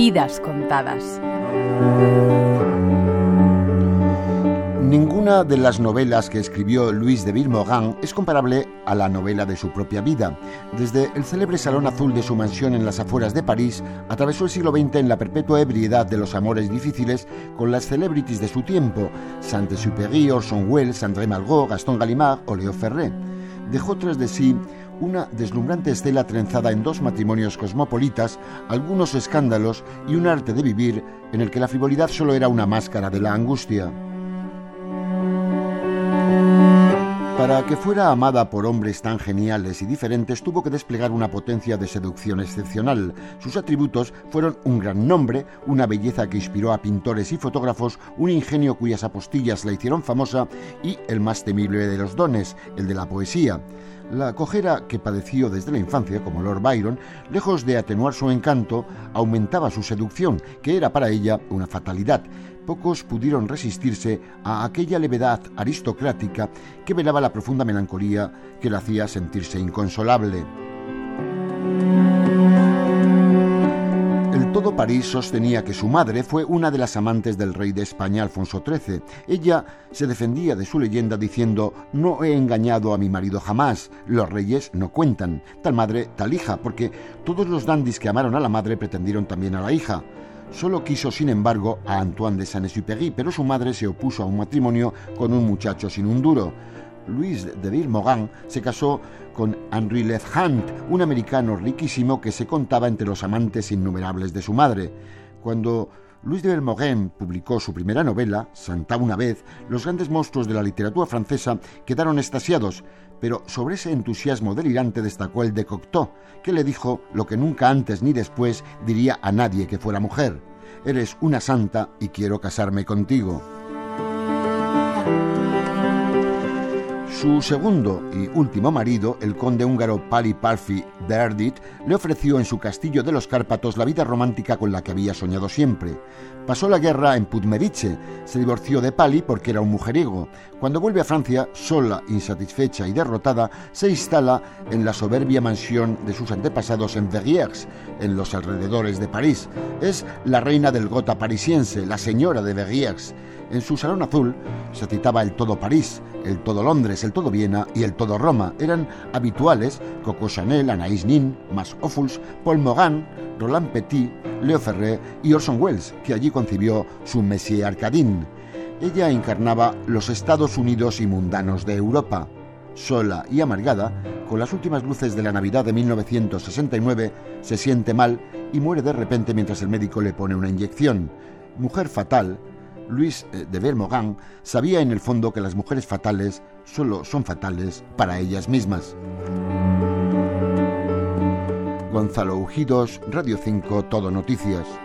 Vidas contadas. Ninguna de las novelas que escribió Louise de Vilmorin es comparable a la novela de su propia vida. Desde el célebre Salón Azul de su mansión en las afueras de París, atravesó el siglo XX en la perpetua ebriedad de los amores difíciles con las celebrities de su tiempo: Saint-Exupéry, Orson Welles, André Malraux, Gaston Gallimard o Léo Ferré. Dejó tras de sí una deslumbrante estela trenzada en 2 matrimonios cosmopolitas, algunos escándalos y un arte de vivir en el que la frivolidad solo era una máscara de la angustia. Para que fuera amada por hombres tan geniales y diferentes, tuvo que desplegar una potencia de seducción excepcional. Sus atributos fueron un gran nombre, una belleza que inspiró a pintores y fotógrafos, un ingenio cuyas apostillas la hicieron famosa y el más temible de los dones, el de la poesía. La cojera que padeció desde la infancia, como Lord Byron, lejos de atenuar su encanto, aumentaba su seducción, que era para ella una fatalidad. Pocos pudieron resistirse a aquella levedad aristocrática que velaba la profunda melancolía que la hacía sentirse inconsolable. El Todo París sostenía que su madre fue una de las amantes del rey de España, Alfonso XIII. Ella se defendía de su leyenda diciendo: «No he engañado a mi marido jamás, los reyes no cuentan, tal madre, tal hija», porque todos los dandis que amaron a la madre pretendieron también a la hija. Solo quiso, sin embargo, a Antoine de Saint-Exupéry, pero su madre se opuso a un matrimonio con un muchacho sin un duro. Louise de Vilmorin se casó con Henry Lefranc, un americano riquísimo que se contaba entre los amantes innumerables de su madre. Cuando Louise de Vilmorin publicó su primera novela, Santa una vez, los grandes monstruos de la literatura francesa quedaron extasiados, pero sobre ese entusiasmo delirante destacó el de Cocteau, que le dijo lo que nunca antes ni después diría a nadie que fuera mujer: «Eres una santa y quiero casarme contigo». Su segundo y último marido, el conde húngaro Pali Pálffy de Erdőt, le ofreció en su castillo de los Cárpatos la vida romántica con la que había soñado siempre. Pasó la guerra en Pudmerice, se divorció de Pali porque era un mujeriego. Cuando vuelve a Francia, sola, insatisfecha y derrotada, se instala en la soberbia mansión de sus antepasados en Verrières, en los alrededores de París. Es la reina del gotha parisiense, la señora de Verrières. En su Salón Azul se citaba el Todo París, el Todo Londres, el Todo Viena y el Todo Roma. Eran habituales Coco Chanel, Anaïs Nin, Mas Ophuls, Paul Morand, Roland Petit, Léo Ferré y Orson Welles, que allí concibió su Messier Arcadine. Ella encarnaba los Estados Unidos y mundanos de Europa. Sola y amargada, con las últimas luces de la Navidad de 1969, se siente mal y muere de repente mientras el médico le pone una inyección. Mujer fatal, Louise de Vilmorin sabía en el fondo que las mujeres fatales solo son fatales para ellas mismas. Gonzalo Ujidos, Radio 5, Todo Noticias.